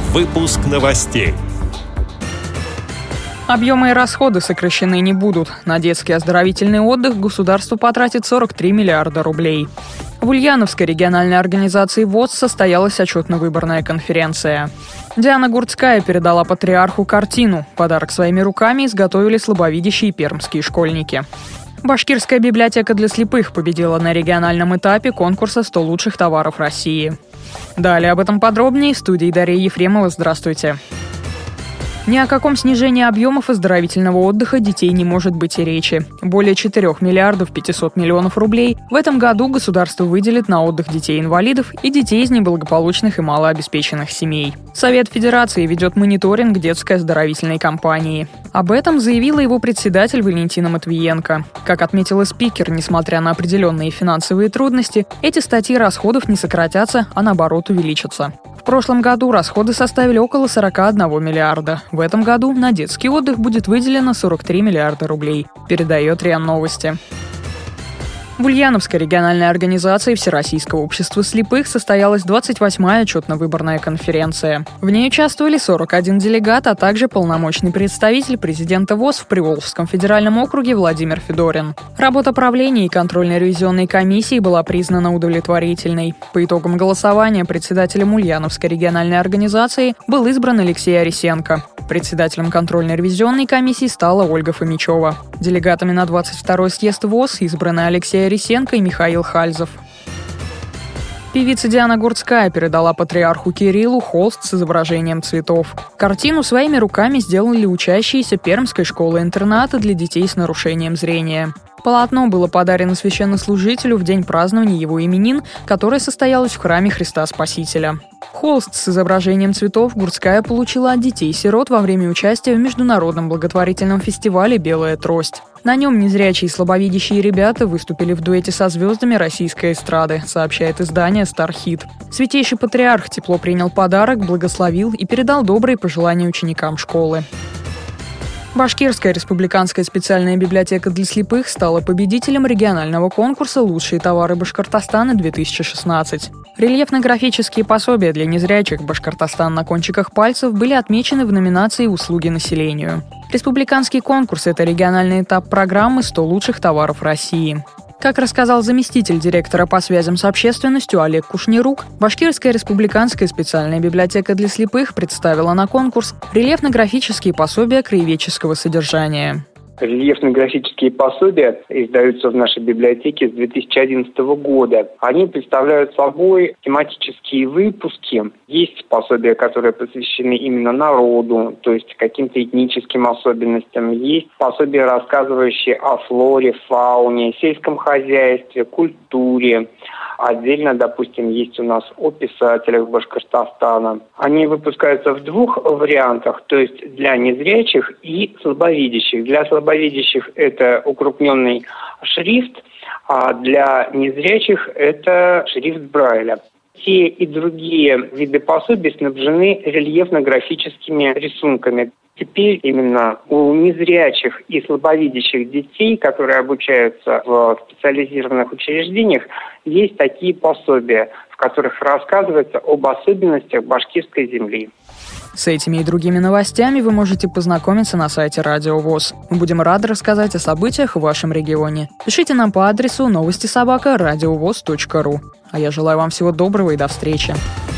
Выпуск новостей. Объемы и расходы сокращены не будут. На детский оздоровительный отдых государство потратит 43 миллиарда рублей. В Ульяновской региональной организации ВОС состоялась отчетно-выборная конференция. Диана Гурцкая передала патриарху картину. Подарок своими руками изготовили слабовидящие пермские школьники. Башкирская библиотека для слепых победила на региональном этапе конкурса «100 лучших товаров России». Далее об этом подробнее в студии Дарья Ефремова. Здравствуйте. Ни о каком снижении объемов оздоровительного отдыха детей не может быть и речи. Более 4 миллиардов 500 миллионов рублей в этом году государство выделит на отдых детей-инвалидов и детей из неблагополучных и малообеспеченных семей. Совет Федерации ведет мониторинг детской оздоровительной кампании. Об этом заявила его председатель Валентина Матвиенко. Как отметила спикер, несмотря на определенные финансовые трудности, эти статьи расходов не сократятся, а наоборот увеличатся. В прошлом году расходы составили около 41 миллиарда. В этом году на детский отдых будет выделено 43 миллиарда рублей, передает РИА Новости. В Ульяновской региональной организации Всероссийского общества слепых состоялась 28-я отчетно-выборная конференция. В ней участвовали 41 делегат, а также полномочный представитель президента ВОС в Приволжском федеральном округе Владимир Федорин. Работа правления и контрольно-ревизионной комиссии была признана удовлетворительной. По итогам голосования председателем Ульяновской региональной организации был избран Алексей Арисенко. Председателем контрольно-ревизионной комиссии стала Ольга Фомичева. Делегатами на 22-й съезд ВОС избраны Алексей Арисенко и Михаил Хальзов. Певица Диана Гурцкая передала патриарху Кириллу холст с изображением цветов. Картину своими руками сделали учащиеся Пермской школы-интерната для детей с нарушением зрения. Полотно было подарено священнослужителю в день празднования его именин, которое состоялось в храме Христа Спасителя. Холст с изображением цветов Гурцкая получила от детей-сирот во время участия в международном благотворительном фестивале «Белая трость». На нем незрячие и слабовидящие ребята выступили в дуэте со звездами российской эстрады, сообщает издание «Стархит». Святейший патриарх тепло принял подарок, благословил и передал добрые пожелания ученикам школы. Башкирская республиканская специальная библиотека для слепых стала победителем регионального конкурса «Лучшие товары Башкортостана-2016». Рельефно-графические пособия для незрячих «Башкортостан на кончиках пальцев» были отмечены в номинации «Услуги населению». Республиканский конкурс – это региональный этап программы «100 лучших товаров России». Как рассказал заместитель директора по связям с общественностью Олег Кушнирук, Башкирская республиканская специальная библиотека для слепых представила на конкурс рельефно-графические пособия краеведческого содержания. Рельефно-графические пособия издаются в нашей библиотеке с 2011 года. Они представляют собой тематические выпуски. Есть пособия, которые посвящены именно народу, то есть каким-то этническим особенностям. Есть пособия, рассказывающие о флоре, фауне, сельском хозяйстве, культуре. Отдельно, допустим, есть у нас о писателях Башкортостана. Они выпускаются в 2 вариантах, то есть для незрячих и слабовидящих. Для слабовидящих это укрупненный шрифт, а для незрячих это шрифт Брайля. Те и другие виды пособий снабжены рельефно-графическими рисунками. Теперь именно у незрячих и слабовидящих детей, которые обучаются в специализированных учреждениях, есть такие пособия, в которых рассказывается об особенностях башкирской земли. С этими и другими новостями вы можете познакомиться на сайте Радио ВОС. Мы будем рады рассказать о событиях в вашем регионе. Пишите нам по адресу новости@радиовос.ру. А я желаю вам всего доброго и до встречи.